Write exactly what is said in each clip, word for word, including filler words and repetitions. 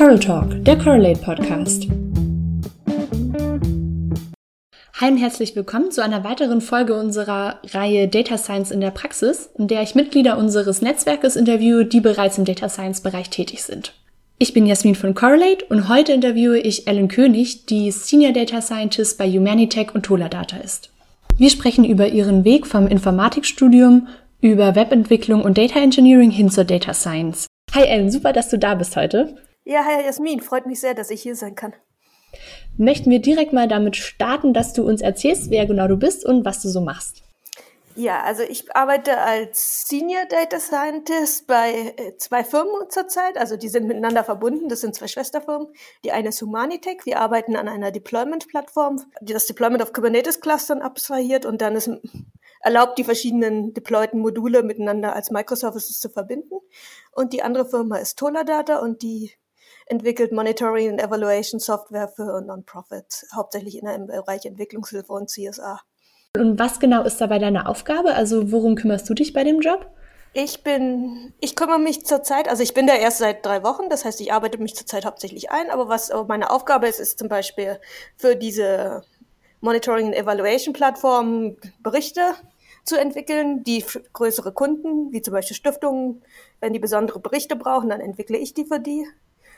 Coral Talk, der Correlate Podcast. Hi und herzlich willkommen zu einer weiteren Folge unserer Reihe Data Science in der Praxis, in der ich Mitglieder unseres Netzwerkes interviewe, die bereits im Data Science Bereich tätig sind. Ich bin Jasmin von Correlate und heute interviewe ich Ellen König, die Senior Data Scientist bei Humanitec und Toladata ist. Wir sprechen über ihren Weg vom Informatikstudium über Webentwicklung und Data Engineering hin zur Data Science. Hi Ellen, super, dass du da bist heute. Ja, hi Jasmin, freut mich sehr, dass ich hier sein kann. Möchten wir direkt mal damit starten, dass du uns erzählst, wer genau du bist und was du so machst. Ja, also ich arbeite als Senior Data Scientist bei zwei Firmen zurzeit, also die sind miteinander verbunden, das sind zwei Schwesterfirmen. Die eine ist Humanitec, wir arbeiten an einer Deployment-Plattform, die das Deployment auf Kubernetes-Clustern abstrahiert und dann ist erlaubt, die verschiedenen deployten Module miteinander als Microservices zu verbinden. Und die andere Firma ist Toladata und die entwickelt Monitoring und Evaluation Software für Non-Profits, hauptsächlich in einem Bereich Entwicklungshilfe und C S R. Und was genau ist dabei deine Aufgabe? Also worum kümmerst du dich bei dem Job? Ich bin, ich kümmere mich zurzeit, also ich bin da erst seit drei Wochen, das heißt, ich arbeite mich zurzeit hauptsächlich ein, aber was meine Aufgabe ist, ist zum Beispiel für diese Monitoring und Evaluation Plattform Berichte zu entwickeln, die für größere Kunden, wie zum Beispiel Stiftungen, wenn die besondere Berichte brauchen, dann entwickle ich die für die.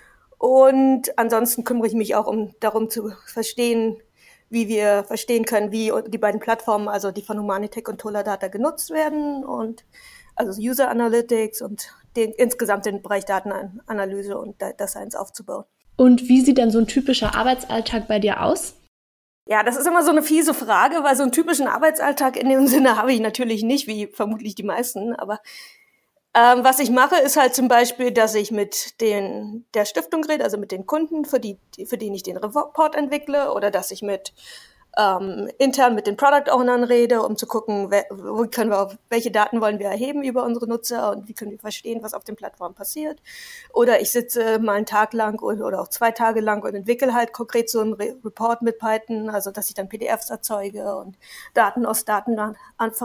Und ansonsten kümmere ich mich auch um darum zu verstehen, wie wir verstehen können, wie die beiden Plattformen, also die von Humanitec und Toladata, genutzt werden und also User Analytics und den, insgesamt den Bereich Datenanalyse und Data Science aufzubauen. Und wie sieht dann so ein typischer Arbeitsalltag bei dir aus? Ja, das ist immer so eine fiese Frage, weil so einen typischen Arbeitsalltag in dem Sinne habe ich natürlich nicht, wie vermutlich die meisten, aber Ähm, was ich mache, ist halt zum Beispiel, dass ich mit den, der Stiftung rede, also mit den Kunden, für die, für die ich den Report entwickle, oder dass ich mit ähm, intern mit den Product Ownern rede, um zu gucken, we- wo können wir, welche Daten wollen wir erheben über unsere Nutzer und wie können wir verstehen, was auf den Plattformen passiert. Oder ich sitze mal einen Tag lang oder, oder auch zwei Tage lang und entwickle halt konkret so einen Re- Report mit Python, also dass ich dann P D Fs erzeuge und Daten aus Daten ab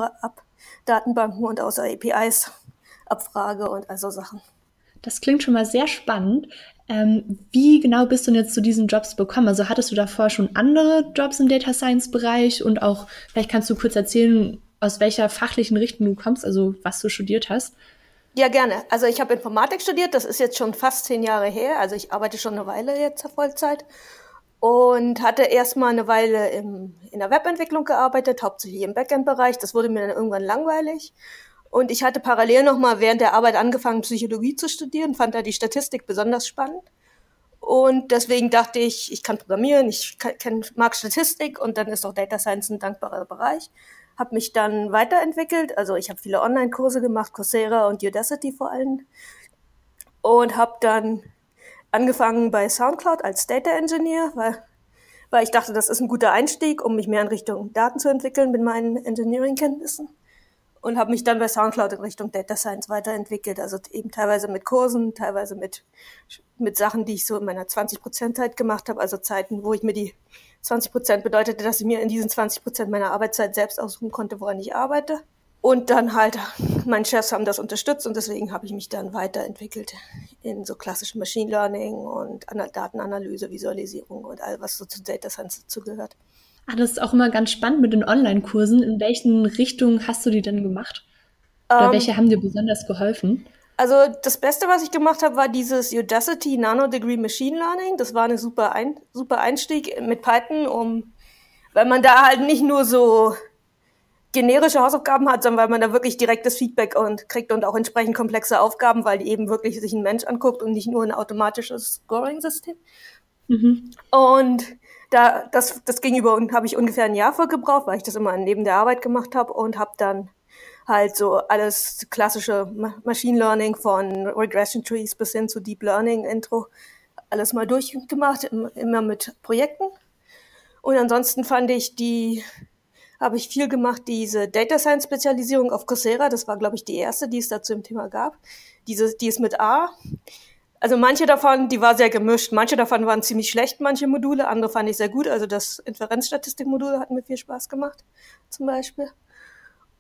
Datenbanken und aus A P Is Abfrage und also Sachen. Das klingt schon mal sehr spannend. Ähm, wie genau bist du denn jetzt zu diesen Jobs gekommen? Also hattest du davor schon andere Jobs im Data Science Bereich und auch, vielleicht kannst du kurz erzählen, aus welcher fachlichen Richtung du kommst, also was du studiert hast? Ja, gerne. Also ich habe Informatik studiert, das ist jetzt schon fast zehn Jahre her, also ich arbeite schon eine Weile jetzt auf Vollzeit und hatte erstmal eine Weile im, in der Webentwicklung gearbeitet, hauptsächlich im Backend-Bereich, das wurde mir dann irgendwann langweilig. Und ich hatte parallel noch mal während der Arbeit angefangen, Psychologie zu studieren, fand da die Statistik besonders spannend. Und deswegen dachte ich, ich kann programmieren, ich kann, mag Statistik und dann ist auch Data Science ein dankbarer Bereich. Habe mich dann weiterentwickelt, also ich habe viele Online-Kurse gemacht, Coursera und Udacity vor allem. Und habe dann angefangen bei SoundCloud als Data Engineer, weil, weil ich dachte, das ist ein guter Einstieg, um mich mehr in Richtung Daten zu entwickeln mit meinen Engineering-Kenntnissen. Und habe mich dann bei SoundCloud in Richtung Data Science weiterentwickelt, also eben teilweise mit Kursen, teilweise mit mit Sachen, die ich so in meiner zwanzig Prozent Zeit gemacht habe, also Zeiten, wo ich mir die zwanzig Prozent bedeutete, dass ich mir in diesen zwanzig Prozent meiner Arbeitszeit selbst aussuchen konnte, woran ich arbeite. Und dann halt, meine Chefs haben das unterstützt und deswegen habe ich mich dann weiterentwickelt in so klassischen Machine Learning und Datenanalyse, Visualisierung und all, was so zu Data Science dazugehört. Ah, das ist auch immer ganz spannend mit den Online-Kursen. In welchen Richtungen hast du die denn gemacht? Oder Ähm, welche haben dir besonders geholfen? Also das Beste, was ich gemacht habe, war dieses Udacity Nano Degree Machine Learning. Das war eine super, ein, super Einstieg mit Python, um, weil man da halt nicht nur so generische Hausaufgaben hat, sondern weil man da wirklich direktes Feedback und kriegt und auch entsprechend komplexe Aufgaben, weil die eben wirklich sich ein Mensch anguckt und nicht nur ein automatisches Scoring-System. Mhm. Und da das, das ging über, habe ich ungefähr ein Jahr für gebraucht, weil ich das immer neben der Arbeit gemacht habe und habe dann halt so alles klassische Machine Learning von Regression Trees bis hin zu Deep Learning Intro alles mal durchgemacht, immer mit Projekten. Und ansonsten fand ich die, habe ich viel gemacht, diese Data Science Spezialisierung auf Coursera, das war glaube ich die erste, die es dazu im Thema gab. Diese, die ist mit A. Also manche davon, die war sehr gemischt. Manche davon waren ziemlich schlecht, manche Module. Andere fand ich sehr gut. Also das Inferenzstatistikmodul hat mir viel Spaß gemacht, zum Beispiel.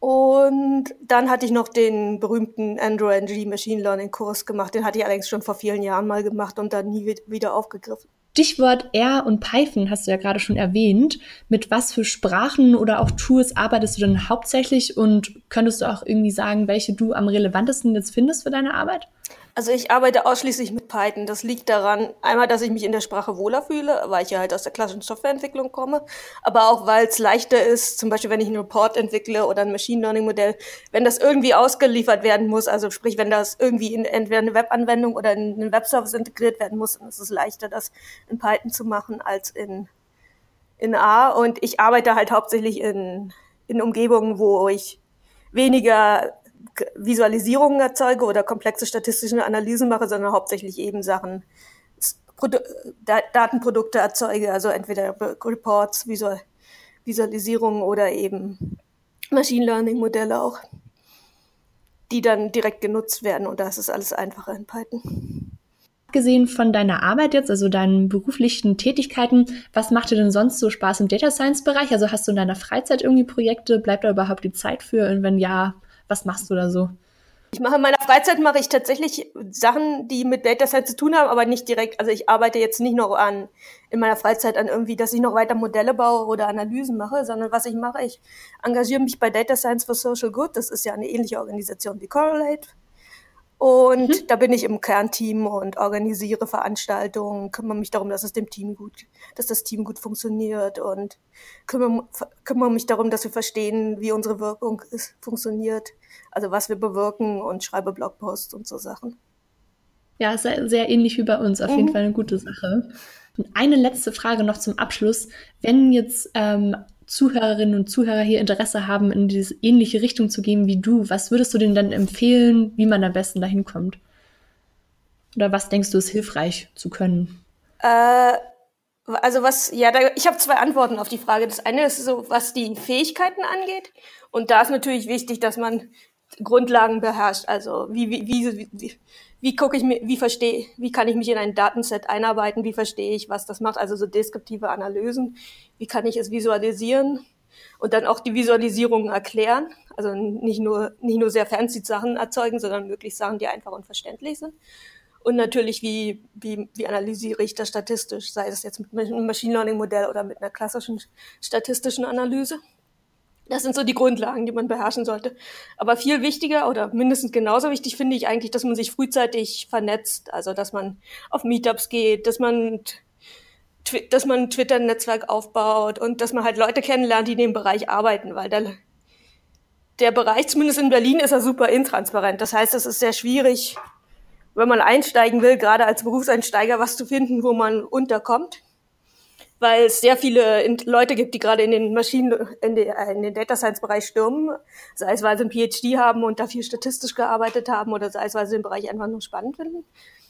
Und dann hatte ich noch den berühmten Andrew Ng Machine Learning Kurs gemacht. Den hatte ich allerdings schon vor vielen Jahren mal gemacht und dann nie wieder aufgegriffen. Stichwort R und Python hast du ja gerade schon erwähnt. Mit was für Sprachen oder auch Tools arbeitest du denn hauptsächlich und könntest du auch irgendwie sagen, welche du am relevantesten jetzt findest für deine Arbeit? Also ich arbeite ausschließlich mit Python. Das liegt daran, einmal, dass ich mich in der Sprache wohler fühle, weil ich ja halt aus der klassischen Softwareentwicklung komme, aber auch, weil es leichter ist, zum Beispiel, wenn ich einen Report entwickle oder ein Machine Learning Modell, wenn das irgendwie ausgeliefert werden muss, also sprich, wenn das irgendwie in entweder eine Webanwendung oder in einen Webservice integriert werden muss, dann ist es leichter, das in Python zu machen als in, in A. Und ich arbeite halt hauptsächlich in, in Umgebungen, wo ich weniger Visualisierungen erzeuge oder komplexe statistische Analysen mache, sondern hauptsächlich eben Sachen, Produ- Datenprodukte erzeuge, also entweder Reports, Visual- Visualisierungen oder eben Machine Learning Modelle auch, die dann direkt genutzt werden und das ist alles einfacher in Python. Abgesehen von deiner Arbeit jetzt, also deinen beruflichen Tätigkeiten, was macht dir denn sonst so Spaß im Data Science Bereich? Also hast du in deiner Freizeit irgendwie Projekte? Bleibt da überhaupt die Zeit für? Und wenn ja, was machst du da so? Ich mache in meiner Freizeit mache ich tatsächlich Sachen, die mit Data Science zu tun haben, aber nicht direkt. Also ich arbeite jetzt nicht noch an in meiner Freizeit an irgendwie, dass ich noch weiter Modelle baue oder Analysen mache, sondern was ich mache, ich engagiere mich bei Data Science for Social Good. Das ist ja eine ähnliche Organisation wie Correlate. Und mhm. da bin ich im Kernteam und organisiere Veranstaltungen, kümmere mich darum, dass es dem Team gut, dass das Team gut funktioniert und kümmere, kümmere mich darum, dass wir verstehen, wie unsere Wirkung ist, funktioniert, also was wir bewirken und schreibe Blogposts und so Sachen. Ja, sehr, sehr ähnlich wie bei uns, auf mhm. jeden Fall eine gute Sache. Und eine letzte Frage noch zum Abschluss. Wenn jetzt ähm, Zuhörerinnen und Zuhörer hier Interesse haben, in diese ähnliche Richtung zu gehen wie du, was würdest du denen dann empfehlen, wie man am besten dahin kommt? Oder was denkst du, ist hilfreich zu können? Äh, also was, ja, da, ich habe zwei Antworten auf die Frage. Das eine ist so, was die Fähigkeiten angeht. Und da ist natürlich wichtig, dass man Grundlagen beherrscht. Also wie, wie, wie, wie Wie gucke ich mir, wie verstehe, wie kann ich mich in ein Datenset einarbeiten? Wie verstehe ich, was das macht? Also so deskriptive Analysen. Wie kann ich es visualisieren? Und dann auch die Visualisierungen erklären. Also nicht nur, nicht nur sehr fancy Sachen erzeugen, sondern wirklich Sachen, die einfach und verständlich sind. Und natürlich, wie, wie, wie analysiere ich das statistisch? Sei es jetzt mit einem Machine Learning Modell oder mit einer klassischen statistischen Analyse. Das sind so die Grundlagen, die man beherrschen sollte. Aber viel wichtiger oder mindestens genauso wichtig finde ich eigentlich, dass man sich frühzeitig vernetzt. Also, dass man auf Meetups geht, dass man, dass man ein Twitter-Netzwerk aufbaut und dass man halt Leute kennenlernt, die in dem Bereich arbeiten. Weil der, der Bereich, zumindest in Berlin, ist ja super intransparent. Das heißt, es ist sehr schwierig, wenn man einsteigen will, gerade als Berufseinsteiger, was zu finden, wo man unterkommt. Weil es sehr viele Leute gibt, die gerade in den Maschinen, in den, in den Data Science Bereich stürmen, sei es, weil sie ein P H D haben und da viel statistisch gearbeitet haben oder sei es, weil sie den Bereich einfach nur spannend finden.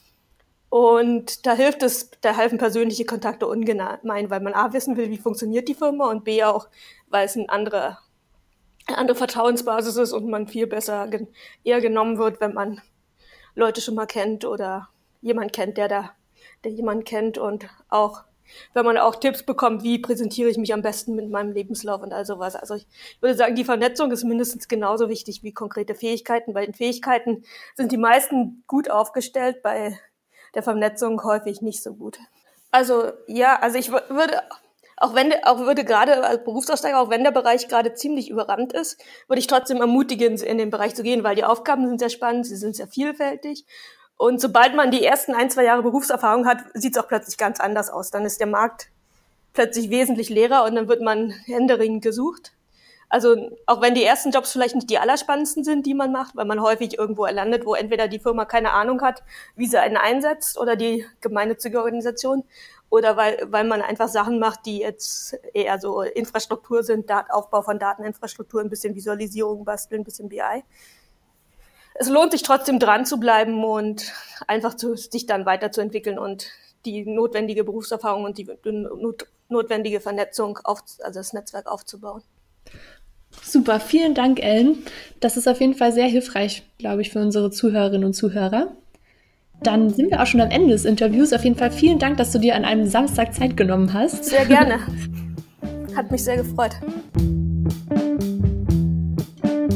Und da hilft es, da helfen persönliche Kontakte ungemein, weil man A, wissen will, wie funktioniert die Firma und B, auch, weil es ein andere, eine andere Vertrauensbasis ist und man viel besser eher genommen wird, wenn man Leute schon mal kennt oder jemand kennt, der da, der jemanden kennt und auch wenn man auch Tipps bekommt, wie präsentiere ich mich am besten mit meinem Lebenslauf und all sowas. Also ich würde sagen, die Vernetzung ist mindestens genauso wichtig wie konkrete Fähigkeiten. Bei den Fähigkeiten sind die meisten gut aufgestellt, bei der Vernetzung häufig nicht so gut. Also ja, also ich würde, auch wenn, auch würde gerade als Berufsaussteiger, auch wenn der Bereich gerade ziemlich überrannt ist, würde ich trotzdem ermutigen, in den Bereich zu gehen, weil die Aufgaben sind sehr spannend, sie sind sehr vielfältig. Und sobald man die ersten ein, zwei Jahre Berufserfahrung hat, sieht es auch plötzlich ganz anders aus. Dann ist der Markt plötzlich wesentlich leerer und dann wird man händeringend gesucht. Also auch wenn die ersten Jobs vielleicht nicht die allerspannendsten sind, die man macht, weil man häufig irgendwo landet, wo entweder die Firma keine Ahnung hat, wie sie einen einsetzt oder die gemeinnützige Organisation oder weil, weil man einfach Sachen macht, die jetzt eher so Infrastruktur sind, Aufbau von Dateninfrastruktur, ein bisschen Visualisierung basteln, ein bisschen B I. Es lohnt sich trotzdem dran zu bleiben und einfach zu, sich dann weiterzuentwickeln und die notwendige Berufserfahrung und die not, notwendige Vernetzung, auf, also das Netzwerk aufzubauen. Super, vielen Dank, Ellen. Das ist auf jeden Fall sehr hilfreich, glaube ich, für unsere Zuhörerinnen und Zuhörer. Dann sind wir auch schon am Ende des Interviews. Auf jeden Fall vielen Dank, dass du dir an einem Samstag Zeit genommen hast. Sehr gerne. Hat mich sehr gefreut.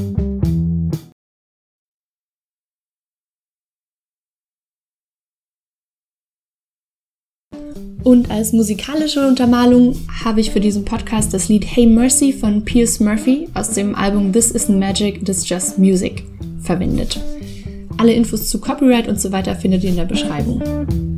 Und als musikalische Untermalung habe ich für diesen Podcast das Lied Hey Mercy von Pierce Murphy aus dem Album This Isn't Magic, This Just Music verwendet. Alle Infos zu Copyright und so weiter findet ihr in der Beschreibung.